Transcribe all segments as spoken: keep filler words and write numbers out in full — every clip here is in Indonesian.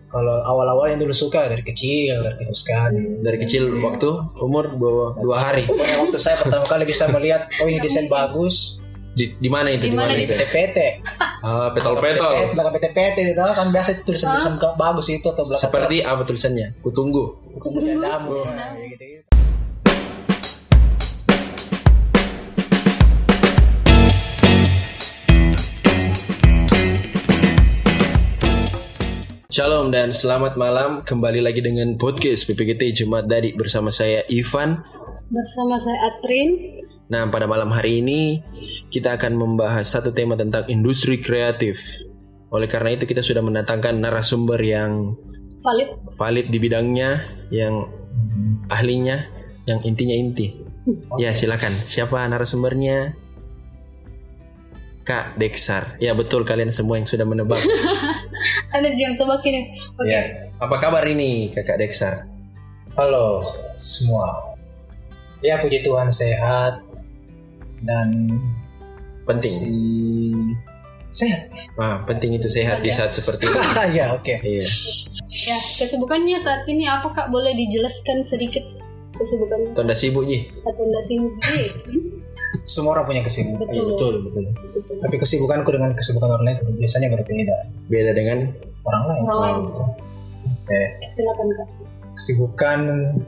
Kalau awal-awal yang dulu suka dari kecil, dari kecil sekali. Dari kecil Iya. waktu umur dua, dua hari. Pokoknya waktu saya pertama kali bisa melihat, oh ini desain bagus. Di di mana itu? Di Di mana mana itu? P T P T. Ah, petol-petol. Belakang P T P T itu kan biasa tulisan-tulisan bagus itu atau belakang. Seperti apa tulisannya? Kutunggu. Kemudian damu. Oh. Nah, gitu-gitu. Shalom dan selamat malam. Kembali lagi dengan podcast P P G T Jumat Dadi bersama saya Ivan. Bersama saya Atrin. Nah, pada malam hari ini kita akan membahas satu tema tentang industri kreatif. Oleh karena itu kita sudah mendatangkan narasumber yang Valid. valid di bidangnya, yang ahlinya, yang intinya inti. Ya, silakan. Siapa narasumbernya? Kak Dexar. Ya, betul, kalian semua yang sudah menebak. Ada yang tebak ini. Oke. Ya. Apa kabar ini, Kakak Dexar? Halo semua. Ya puji Tuhan sehat dan Penting. masih sehat. Ah, penting itu sehat di saat seperti ini. Ya oke. Iya. Ya, kesibukannya saat ini apa Kak? Boleh dijelaskan sedikit kesibukannya? Tonda sibuk, Ji. Atau nggak sibuk? Semua orang punya kesibukan. Betul. Iya, betul, betul. Betul. Tapi kesibukanku dengan kesibukan orang lain biasanya berbeda. Beda dengan Orang lain. Orang lain. Oke. Silakan Kak. Kesibukan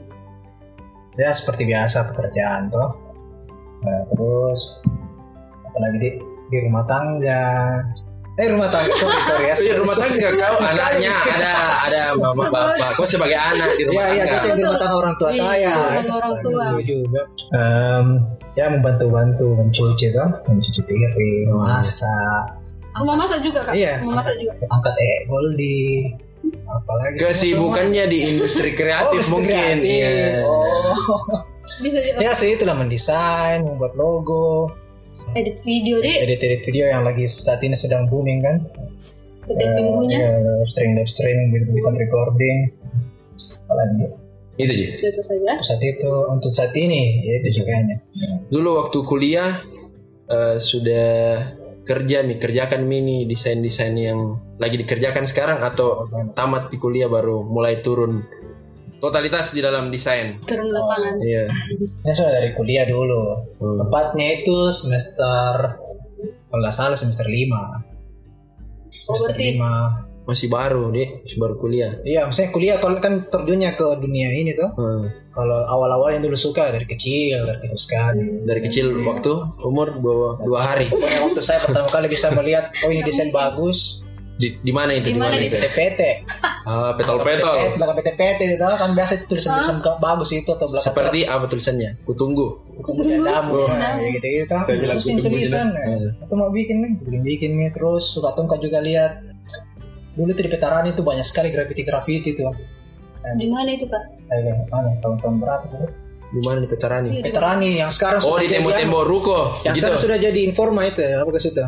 ya seperti biasa pekerjaan toh. Nah, terus apalagi di di rumah tangga. Eh rumah tangga, sorry sorry ya. Iya, rumah sorry. tangga kau Sekali. anaknya ada ada mama bapak. Kau sebagai anak di rumah Iya iya, tangga. kita di rumah tangga orang tua Iya, saya. sama orang tua. Itu juga. Em, ya membantu-bantu mencuci toh, mencuci piring, Oh. masak. Mau masak juga Kak? Iya. Mau masak juga. Angkat eh Goldie. Apalagi Kesibukannya di industri kreatif Oh, mungkin. kreatif. Iya. Oh. Bisa juga Ya sih itulah mendesain, membuat logo, edit video deh. edit-edit video yang lagi saat ini sedang booming kan. Setiap minggunya. Ya, live streaming, live streaming, bikin recording. Apalagi Itu, Ji. Itu saja. saat itu untuk saat ini ya itu juga hanya. Dulu waktu kuliah eh, sudah kerja nih, kerjakan mini desain-desain yang lagi dikerjakan sekarang atau tamat di kuliah baru mulai turun totalitas di dalam desain. Turun lapangan. Iya. Ya sudah dari kuliah dulu. Hmm. Tepatnya itu semester kalau nggak salah semester lima. Semester berarti- lima. Masih baru, Dek. Masih baru kuliah. Iya, maksudnya kuliah kalau kan terjunnya ke dunia ini tuh. Hmm. Kalau awal-awal yang dulu suka dari kecil, dari kecil sekali. Dari kecil waktu umur dua, dua hari. Pokoknya waktu saya pertama kali bisa melihat, oh ini desain bagus. Di di mana itu? Di Di mana mana itu? itu? P T P T. Ah, petol-petol. Belakang P T P T itu kan biasa tulisan-tulisan bagus itu atau belakang. Seperti apa tulisannya? Kutunggu. Kemudian damu. Kutunggu. Nah, ya gitu-gitu. Saya bilang Terusin kutunggu tulisan. juga. Nah. Atau mau bikin nih, bikin-bikin nih terus suka tongkat juga lihat. Dulu tuh di Veteran itu banyak sekali graffiti-graffiti tuh. Di mana itu Kak? Kayak mana? Tahun-tahun berapa tuh? Di mana di Veterani? Iya. Veterani yang sekarang Oh, sudah di jadi tembok-tembok ruko. yang Gitu. sekarang sudah jadi Informa itu ya, apa ke situ?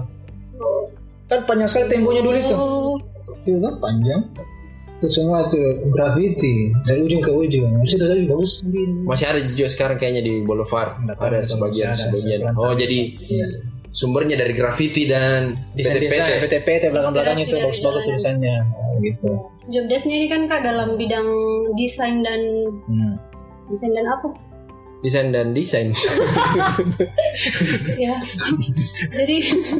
Kan panjang sekali temboknya dulu itu. Oh, Itu kan panjang. Itu semua tuh graffiti dari ujung ke ujung. Di situ saja bagus. Masih ada juga sekarang kayaknya di Boulevard. Nggak tahu, Ada itu sebagian masih ada, sebagian. sebagian. Oh, jadi Iya. sumbernya dari graffiti dan Desain-desain P T P T belakang-belakang itu Inspirasi dari bagus-bagus jalan. tulisannya. Nah, gitu. job desk-nya ini kan Kak dalam bidang desain dan Hmm. desain dan apa? desain dan desain. Ya. Jadi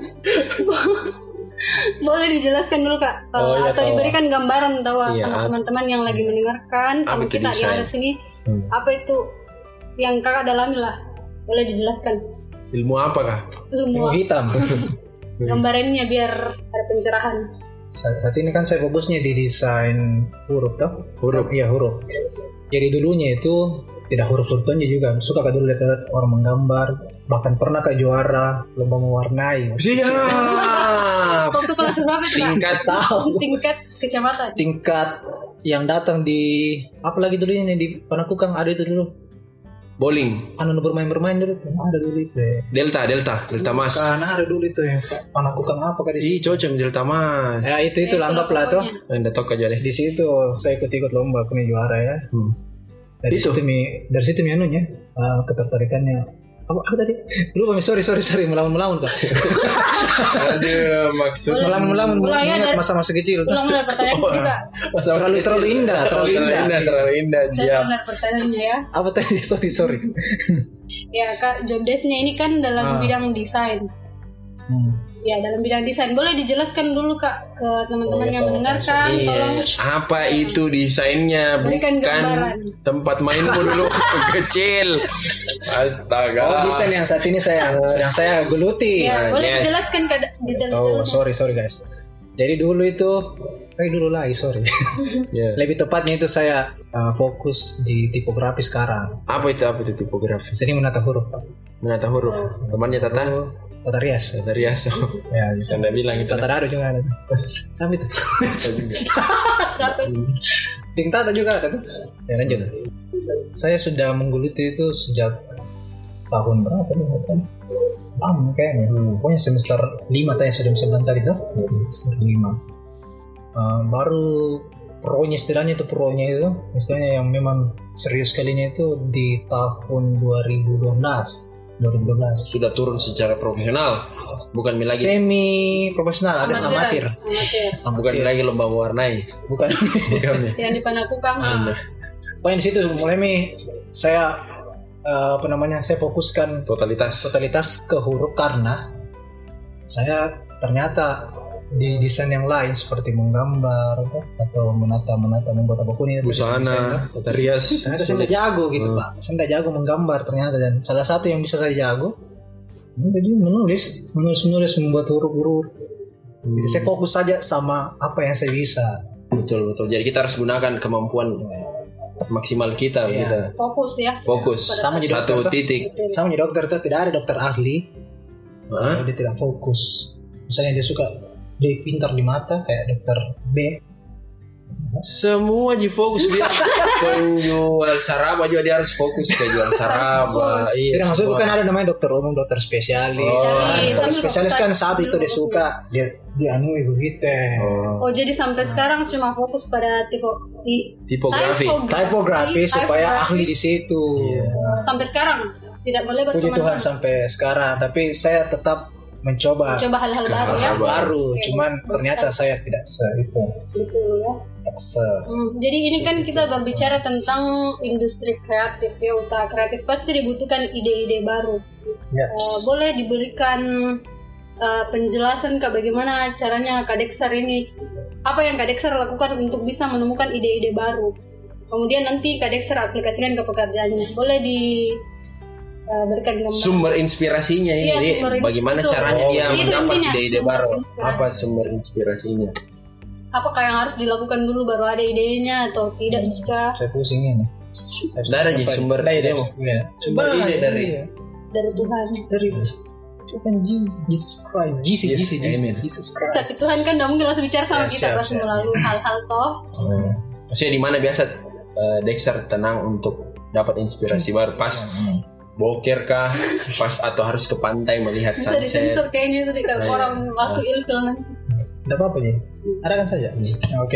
boleh dijelaskan dulu Kak Oh, kalau iya, atau tahu. diberikan gambaran tahu Iya, sama ap- teman-teman yang lagi mendengarkan apa sama itu kita desain? yang ada sini. Hmm. Apa itu yang Kakak dalami lah? Boleh dijelaskan Ilmu apa kah? ilmu Ilmu hitam. gambarannya biar ada pencerahan. Saat saat ini kan saya fokusnya di desain huruf toh. Huruf. Iya huruf. Jadi dulunya itu tidak huruf huruf tonja juga. Suka kan dulu lihat orang menggambar. Bahkan pernah ke juara lomba mewarnai. Siap. Waktu kelas berapa itu Kak? Tingkat Tahu. Tingkat kecamatan. Tingkat yang datang di apa lagi dulu ini di Panakukang ada itu dulu. bowling. Anu bermain-bermain dulu tuh. Ada dulu itu. Ya. Delta, Delta, Delta Mas. Karena ada dulu itu yang Panakukang apa kan di Ih, cocok Delta Mas. Ya itu itu Ya, anggaplah tuh. pokoknya. Anda tahu aja deh. Di situ saya ikut-ikut lomba aku nih juara ya. Hmm. Dari Itu? situ mi dari situ mi anunya uh, ketertarikannya. apa, apa tadi? Lupa, sorry sorry sorry melamun-melamun kok. Aduh, maksud melamun-melamun Ulang ya, mengingat dari- masa-masa kecil tuh. Ulang dari pertanyaanku juga. Terlalu terlalu indah, terlalu indah. terlalu indah. Saya Siap. ulang dari pertanyaannya ya. Apa tadi? Sorry sorry. Ya kak, job desk-nya ini kan dalam Ah. bidang desain. Hmm. Ya dalam bidang desain, boleh dijelaskan dulu kak ke teman-teman Oh, iya, yang Pak. mendengarkan. Iya. Tolong Apa itu desainnya? Berikan Bukan gambaran. tempat mainmu dulu kecil. Astaga. Oh, desain yang saat ini saya sedang saya geluti. ya, boleh yes. dijelaskan ke di dalam. Oh, sorry sorry guys. Jadi dulu itu, eh dulu lagi sorry. Ya. Lebih tepatnya itu saya uh, fokus di tipografi sekarang. Apa itu apa itu tipografi? Jadi menata huruf, Pak. Menata huruf. Temannya Tata. Tata rias. Tata Riaso. Ya, bisa. Anda bilang itu. Tata Rado juga ada. Sampai itu. Capek. Ting Tata juga ada tuh. Ya lanjut. Saya sudah menggeluti itu sejak tahun berapa nih? Lama kayaknya. Pokoknya semester lima tanya sudah sebentar itu. Semester lima. Uh, baru pronya istilahnya itu pronya itu istilahnya yang memang serius kalinya itu di tahun dua ribu dua belas. Sudah turun secara profesional. Bukan lagi Semi profesional, ada amatir. Amatir. bukan lagi lomba mewarnai. Bukan. Bukan ya. Yang dipanakukan. Nah, pokoknya di situ mulai mi saya uh, apa namanya saya fokuskan Totalitas. totalitas ke huruf karena saya ternyata di desain yang lain seperti menggambar atau menata-menata membuat apapun itu Busana, Tata Rias. ternyata saya tidak jago gitu Hmm. Pak, saya tidak jago menggambar ternyata, dan salah satu yang bisa saya jago jadi menulis menulis menulis membuat huruf-huruf. Jadi saya fokus saja sama apa yang saya bisa. Betul betul. Jadi kita harus gunakan kemampuan maksimal kita. Iya. Kita Fokus ya. fokus Sama jadi satu dokter, titik. sama jadi dokter itu tidak ada dokter ahli Hah? kalau dia tidak fokus. Misalnya dia suka dia pintar di mata kayak dokter B, Semua di fokus dia penjual saraba juga dia harus fokus ke jual saraba. Fokus. tidak maksudku semua. kan ada namanya dokter umum, dokter spesialis. Oh. Kan, kalau Sambil spesialis fokus kan aja, satu itu sambil dia fokus suka dia dia anu begitu. Oh, Oh jadi sampai sekarang cuma fokus pada tipe di tipografi. Tipografi supaya typography. ahli di situ. Iya. Sampai sekarang tidak boleh Puji Tuhan berteman. sampai sekarang, tapi saya tetap mencoba Coba hal-hal baru ya. Hal-hal baru, Oke, cuman bagus ternyata sekali. saya tidak se itu, Betul ya. tidak se. Hmm, jadi ini kan kita berbicara tentang industri kreatif ya, usaha kreatif pasti dibutuhkan ide-ide baru. Ya. Eh, boleh diberikan eh, penjelasan Kak bagaimana caranya Kak Dexter ini, apa yang Kak Dexter lakukan untuk bisa menemukan ide-ide baru. Kemudian nanti Kak Dexter aplikasikan ke pekerjaannya. Boleh diberikan gambar. Sumber inspirasinya ini, Iya, Di. sumber ins- bagaimana betul. caranya dia Itu mendapat intinya, ide-ide sumber baru? inspirasi. Apa sumber inspirasinya? Apakah yang harus dilakukan dulu baru ada idenya atau tidak jika Saya pusing ini. Dari aja sumber dari ide. Sumber Nah, ide dari dari Tuhan? dari Tuhan Jesus Christ, Jesus, Yes, Jesus, amen. Jesus Christ. Tapi Tuhan kan tidak mungkin langsung bicara sama Ya, kita siap, pasti siap. melalui hal-hal toh. Oh. Maksudnya di mana biasa eh, Dexter tenang untuk dapat inspirasi baru? Pas Hmm. boker kah? Pas atau harus ke pantai melihat Bisa sunset? disensor kayaknya itu deh kalau Oh, iya. orang masuk ilfil nanti. Tidak apa-apa ya. Ada kan saja. Oke.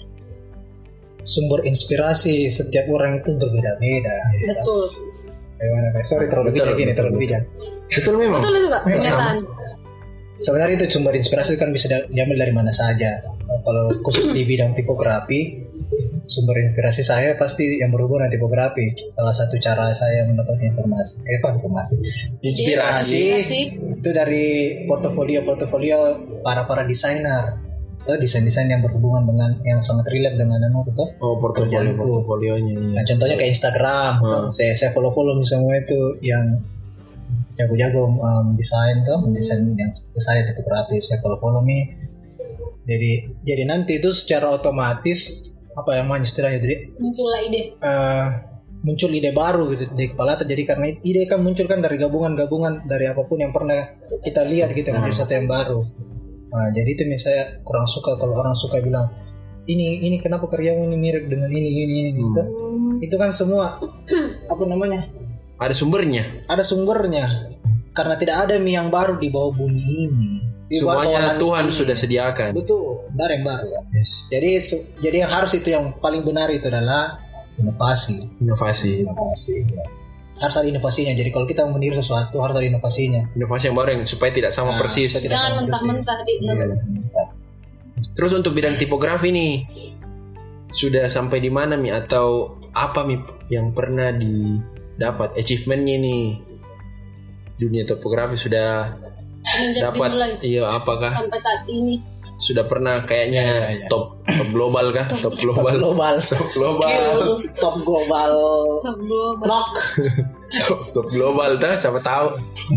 Sumber inspirasi setiap orang itu berbeda-beda. Betul. Bagaimana? Pak? Sorry terlalu Betul, bijak gini, betul, terlalu betul. bijak. Betul memang. Betul itu Kak, Memang pernyataan. Sebenarnya itu sumber inspirasi kan bisa da- diambil dari mana saja. Kalau khusus di bidang tipografi, sumber inspirasi saya pasti yang berhubungan dengan tipografi. Salah satu cara saya mendapatkan informasi, eh apa informasi? Inspirasi. Inspirasi. Itu dari portofolio-portofolio para para desainer atau desain-desain yang berhubungan dengan yang sangat relate dengan anu itu. Oh, portofolio Kerjaanku. portofolionya. Iya. Nah, contohnya kayak Instagram, Hmm. saya saya follow-follow semua itu yang jago-jago um, desain tuh, desain yang seperti saya tipografi, saya follow-follow nih. Jadi jadi nanti itu secara otomatis apa yang namanya istilahnya jadi Muncullah ide. eh, muncul ide baru gitu di kepala. Jadi karena ide kan muncul kan dari gabungan-gabungan dari apapun yang pernah kita lihat gitu menjadi satu yang baru. Nah, jadi itu misalnya kurang suka kalau orang suka bilang ini ini kenapa karyamu ini mirip dengan ini ini ini gitu. Hmm. Itu kan semua apa namanya Ada sumbernya. ada sumbernya karena tidak ada mie yang baru di bawah bumi ini. Di bawah Semuanya langit Tuhan ini. sudah sediakan. Betul, tidak ada yang baru. Yes. Jadi su- jadi yang harus itu yang paling benar itu adalah inovasi. Inovasi. Inovasi. harus ada inovasinya. Jadi kalau kita mau meniru sesuatu harus ada inovasinya. Inovasi yang baru yang supaya tidak sama Nah, persis. supaya tidak Jangan sama persis. mentah-mentah di Iya, mentah. Terus untuk bidang tipografi nih sudah sampai di mana Mi atau apa Mi yang pernah didapat achievementnya nih dunia tipografi sudah semenjak dapat dimulai iya apakah sampai saat ini. sudah pernah kayaknya Ya, ya. top top global kah top Top global global. top global Kill, top global. Global. Knock. top, top global dah siapa tahu.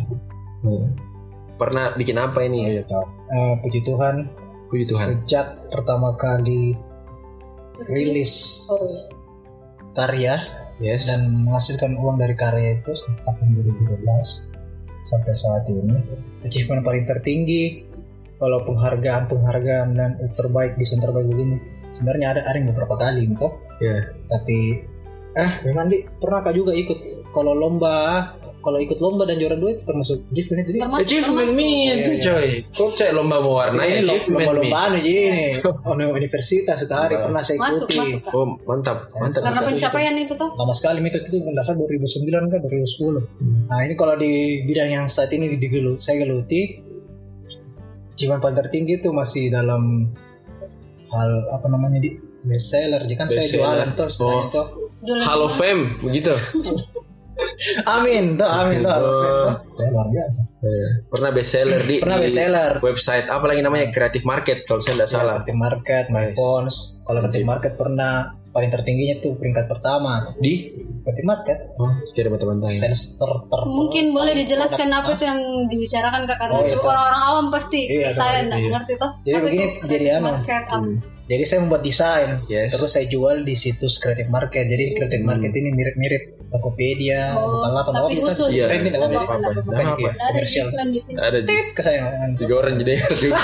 Pernah bikin apa ini Iya tahu. Eh, puji Tuhan. puji Tuhan Sejak pertama kali rilis karya yes dan menghasilkan uang dari karya itu tahun dua ribu dua belas sampai saat ini, achievement paling tertinggi, kalau penghargaan-penghargaan dan terbaik desain terbaik begini sebenarnya ada ada yang beberapa kali gitu. ya Tapi eh memang di pernah kak juga ikut kalau lomba, kalau ikut lomba dan juara dua itu termasuk achievement itu. Di. Termasuk- achievement Mi itu Iya, coy kok cek lomba mewarnai Ini achievement Mi lomba-lombaan aja ini. Universitas setahari pernah saya Masuk, ikuti. masuk. Kak. oh mantap mantap Karena Bisa pencapaian itu tuh. Lama sekali itu itu mendaftar dua ribu sembilan kan dua ribu sepuluh. Nah ini kalau di bidang yang saat ini digelu, saya geluti, achievement paling tertinggi itu masih dalam hal apa namanya di best seller. Jadi kan saya Best seller. jualan tuh istilahnya Oh. tuh. Jualan Hall of Fame begitu. Amin tuh, amin tuh. Oh. Ya, luar biasa. Pernah best seller di Pernah di best seller. website apa lagi namanya Creative Market kalau saya tidak salah. Creative Market, My Nice. Phones. Kalau Creative Market pernah paling tertingginya tuh peringkat pertama. Di Creative Market. oh kira bantah-bantah ya. Sales ter, ter Mungkin boleh dijelaskan produk. apa itu yang dibicarakan Kak, karena Oh, iya, tahu. orang-orang awam pasti Iya, tahu, saya enggak iya. ngerti tuh. Jadi Apa begini, itu jadi creative anu. market, apa? Jadi saya membuat desain, Yes. terus saya jual di situs Creative Market. Jadi Creative Market ini mirip-mirip Tokopedia, Oh, Bukalapak, tapi apa khusus. Iya. Ini Apa- apa? apa- Bukan apa- kayak Ada komersial. iklan di sini. Ada Tit kesayangan. tiga orang jadi juga.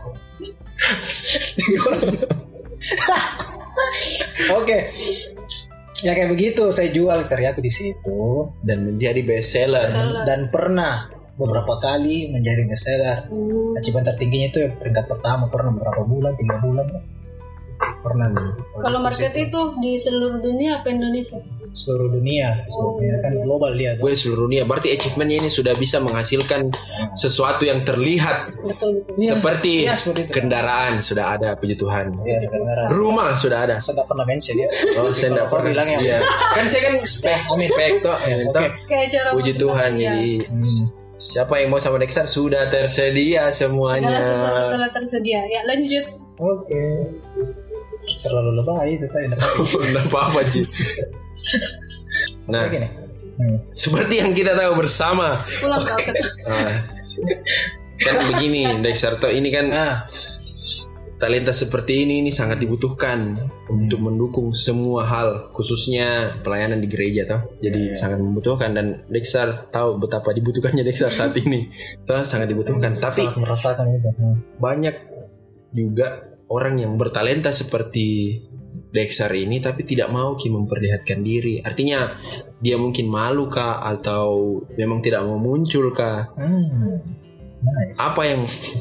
Oke. Ya kayak begitu saya jual karyaku di situ Dan menjadi best seller. Seller. dan pernah beberapa kali menjadi best seller. Hmm. Achievement tertingginya itu peringkat pertama pernah beberapa bulan, tiga bulan pernah. Kalau market itu di seluruh dunia apa Indonesia? Seluruh dunia, seluruh Oh, dunia kan yes. global dia. tuh. Gue seluruh dunia. Berarti achievementnya ini sudah bisa menghasilkan sesuatu yang terlihat Betul betul. Iya. seperti Iya, seperti itu. kendaraan sudah ada puji Tuhan. Iya, sekarang. Rumah sudah ada. Saya nggak pernah mention ya. Oh, saya enggak Kalau pernah. bilang ya. Iya. Kan saya kan spek, Amin. spek tuh. Oke. Toh, Kayak cara puji motivasi, Tuhan. ya. Jadi Hmm. siapa yang mau sama Dexter sudah tersedia semuanya. Segala sesuatu telah tersedia. Ya lanjut. Oke. Terlalu lebay itu tadi. Enggak apa-apa, Ji. Nah, Begini. Hmm. seperti yang kita tahu bersama. Pulang kau ke Ah, kan begini, Dexter tuh ini kan Nah, talenta seperti ini ini sangat dibutuhkan untuk mendukung semua hal, khususnya pelayanan di gereja toh. Jadi Iya. sangat membutuhkan dan Dexter tahu betapa dibutuhkannya Dexter saat ini. Toh sangat dibutuhkan. Tapi sangat merasakan itu. Hmm. banyak juga orang yang bertalenta seperti Dexter ini tapi tidak mau Ki memperlihatkan diri. Artinya dia mungkin malu kah atau memang tidak mau muncul kah? Hmm. Nice. Apa yang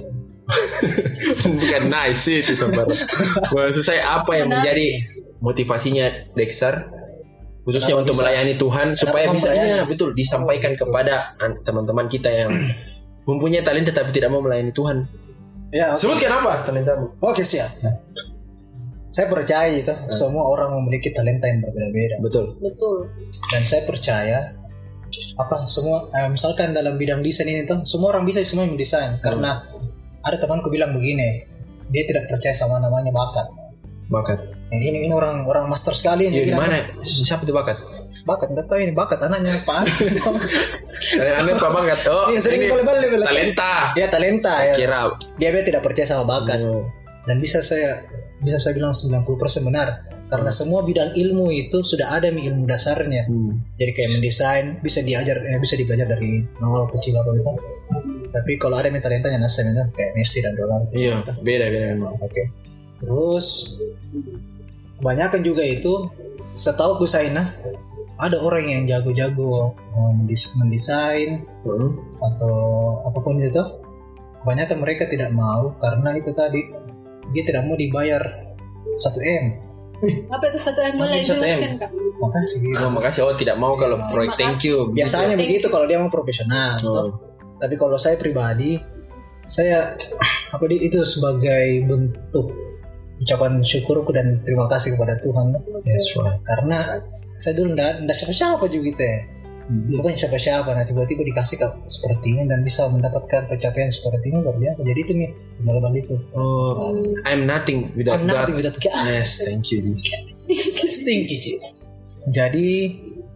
bukan nice sih itu sebenarnya. Maksud saya apa yang Menarik. menjadi motivasinya Dexter khususnya Kenapa untuk bisa- melayani Tuhan supaya mau bisa melayani? iya, betul disampaikan kepada an- teman-teman kita yang mempunyai talenta tapi tidak mau melayani Tuhan. Ya, oke. Sebutkan apa talentamu? Oke, siap. Saya percaya itu semua orang memiliki talenta yang berbeda-beda Betul. betul. dan saya percaya apa semua eh, misalkan dalam bidang desain ini tuh semua orang bisa semua mendesain karena ada temanku bilang begini, dia tidak percaya sama namanya bakat. Bakat. Yang ini ini orang orang master sekali Iya ini di mana? Siapa itu bakat? bakat nggak tahu ini bakat anaknya apa. Anda apa bakat? Oh, Iya sering ini balik-balik bilang. talenta. Ya talenta ya. Kira. Dia dia tidak percaya sama bakat Oh. dan bisa saya bisa saya bilang sembilan puluh persen benar karena semua bidang ilmu itu sudah ada nih ilmu dasarnya. Hmm. Jadi kayak mendesain bisa diajar eh, bisa dibelajar dari nol kecil atau itu. Tapi kalau ada yang talentanya nasib itu kayak Messi dan Ronaldo. Iya, beda beda memang. Oke. Terus kebanyakan juga itu setahu ku saya nah, ada orang yang jago-jago eh, mendis- mendesain Hmm. atau apapun itu. Kebanyakan mereka tidak mau karena itu tadi dia tidak mau dibayar satu M. Apa itu satu M? Boleh satu M. jelaskan Kak? Makasih. Oh, makasih. Oh, tidak mau kalau proyek thank you. Biasanya Thank begitu kalau dia mau profesional. Oh. toh. Tapi kalau saya pribadi, saya apa di itu sebagai bentuk ucapan syukurku dan terima kasih kepada Tuhan. Yes, right. Karena saya dulu enggak enggak siapa-siapa juga gitu ya. Bukan siapa-siapa, nah tiba-tiba dikasih ke seperti ini dan bisa mendapatkan pencapaian seperti ini luar biasa. Jadi itu nih pengalaman itu. Oh, I'm nothing without I'm God. nothing without God. Yes, thank you. Thank you, Jesus. Jadi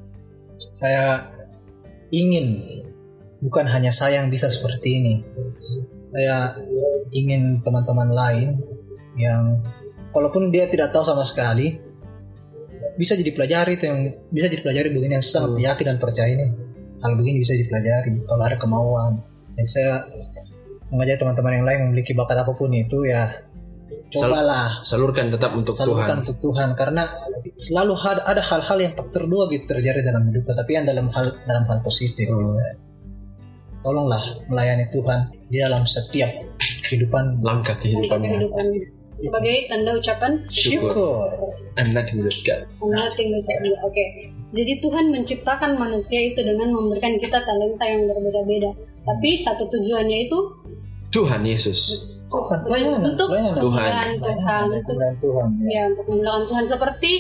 saya ingin bukan hanya saya yang bisa seperti ini. Saya ingin teman-teman lain yang walaupun dia tidak tahu sama sekali bisa jadi pelajari itu yang bisa jadi pelajari begini yang sangat Hmm. yakin dan percaya ini hal begini bisa dipelajari kalau ada kemauan. Dan saya mengajak teman-teman yang lain memiliki bakat apapun itu ya cobalah Salurkan tetap untuk salurkan Tuhan. untuk Tuhan karena selalu ada, ada hal-hal yang tak terduga gitu terjadi dalam hidup tapi yang dalam hal dalam hal positif. Hmm. Tolonglah melayani Tuhan di dalam setiap kehidupan. Langkah Tentang kehidupannya. kehidupan sebagai tanda ucapan Syukur. I'm nothing without God. nothing without you. Oke. Jadi Tuhan menciptakan manusia itu dengan memberikan kita talenta yang berbeda-beda. Tapi satu tujuannya itu Tuhan Yesus. Tuhan, pelayanan, untuk pelayanan. kemuliaan Tuhan, untuk Kemuliaan Tuhan. ya untuk memuliakan Tuhan. Seperti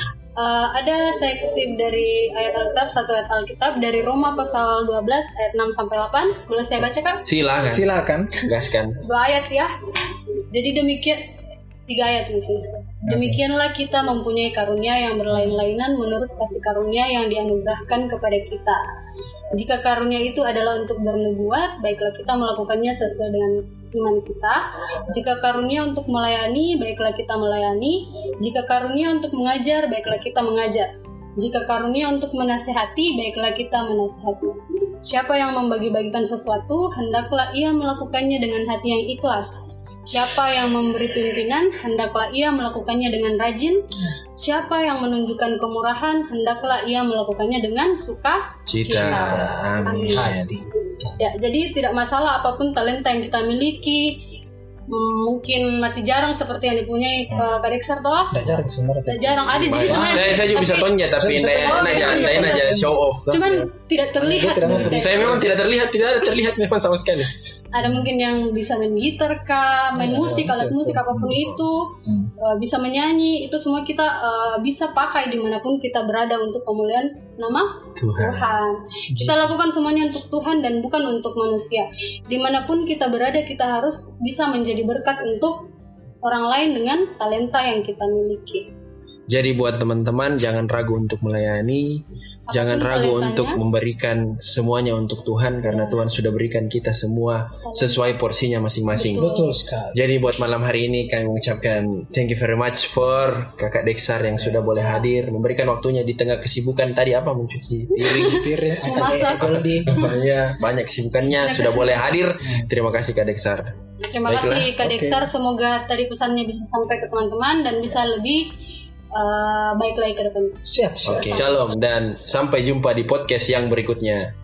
uh, ada saya kutip dari ayat Alkitab, satu ayat Alkitab dari Roma pasal dua belas ayat enam sampai delapan. Boleh saya bacakan? Silakan. Silakan. Gaskan. Dua ayat ya. Jadi demikian tiga ayat musuh. Demikianlah kita mempunyai karunia yang berlain-lainan menurut kasih karunia yang dianugerahkan kepada kita. Jika karunia itu adalah untuk bernubuat, baiklah kita melakukannya sesuai dengan iman kita. Jika karunia untuk melayani, baiklah kita melayani. Jika karunia untuk mengajar, baiklah kita mengajar. Jika karunia untuk menasehati, baiklah kita menasehati. Siapa yang membagi-bagikan sesuatu, hendaklah ia melakukannya dengan hati yang ikhlas. Siapa yang memberi pimpinan, hendaklah ia melakukannya dengan rajin. Siapa yang menunjukkan kemurahan, hendaklah ia melakukannya dengan suka Cita. Amin. Hati. Ya, jadi tidak masalah apapun talenta yang kita miliki. Hmm, mungkin masih jarang seperti yang dipunyai uh, Kak Dexter toh. Tidak jarang sebenarnya. Tidak jarang ada jadi sebenarnya. Saya saya juga bisa tapi tonjat tapi Saya bisa saya tonjat. aja Oh, iya, saya aja betul. show off. cuman tidak terlihat Dia tidak begitu ya. Saya memang tidak terlihat, tidak ada terlihat memang sama sekali. Ada mungkin yang bisa main gitar kah, main Ya, musik, alat betul, musik betul. apapun itu, Hmm. uh, bisa menyanyi, itu semua kita uh, bisa pakai dimanapun kita berada untuk kemuliaan nama Tuhan. Tuhan. Kita lakukan semuanya untuk Tuhan dan bukan untuk manusia. Dimanapun kita berada, kita harus bisa menjadi berkat untuk orang lain dengan talenta yang kita miliki. Jadi buat teman-teman jangan ragu untuk melayani, Apapun jangan ragu talentanya. untuk memberikan semuanya untuk Tuhan karena Tuhan sudah berikan kita semua sesuai porsinya masing-masing. Betul. Betul sekali. Jadi buat malam hari ini kami mengucapkan thank you very much for Kakak Dexar yang sudah boleh hadir, memberikan waktunya di tengah kesibukan tadi apa mencuci piring. Piring Memasak. Goldie. Banyak banyak kesibukannya sudah boleh hadir. Terima kasih Kak Dexar. Terima Baiklah. kasih Kak Oke. Dexar, semoga tadi pesannya bisa sampai ke teman-teman dan bisa lebih uh, baik lagi ke depan. Siap, siap. Oke, shalom dan sampai jumpa di podcast yang berikutnya.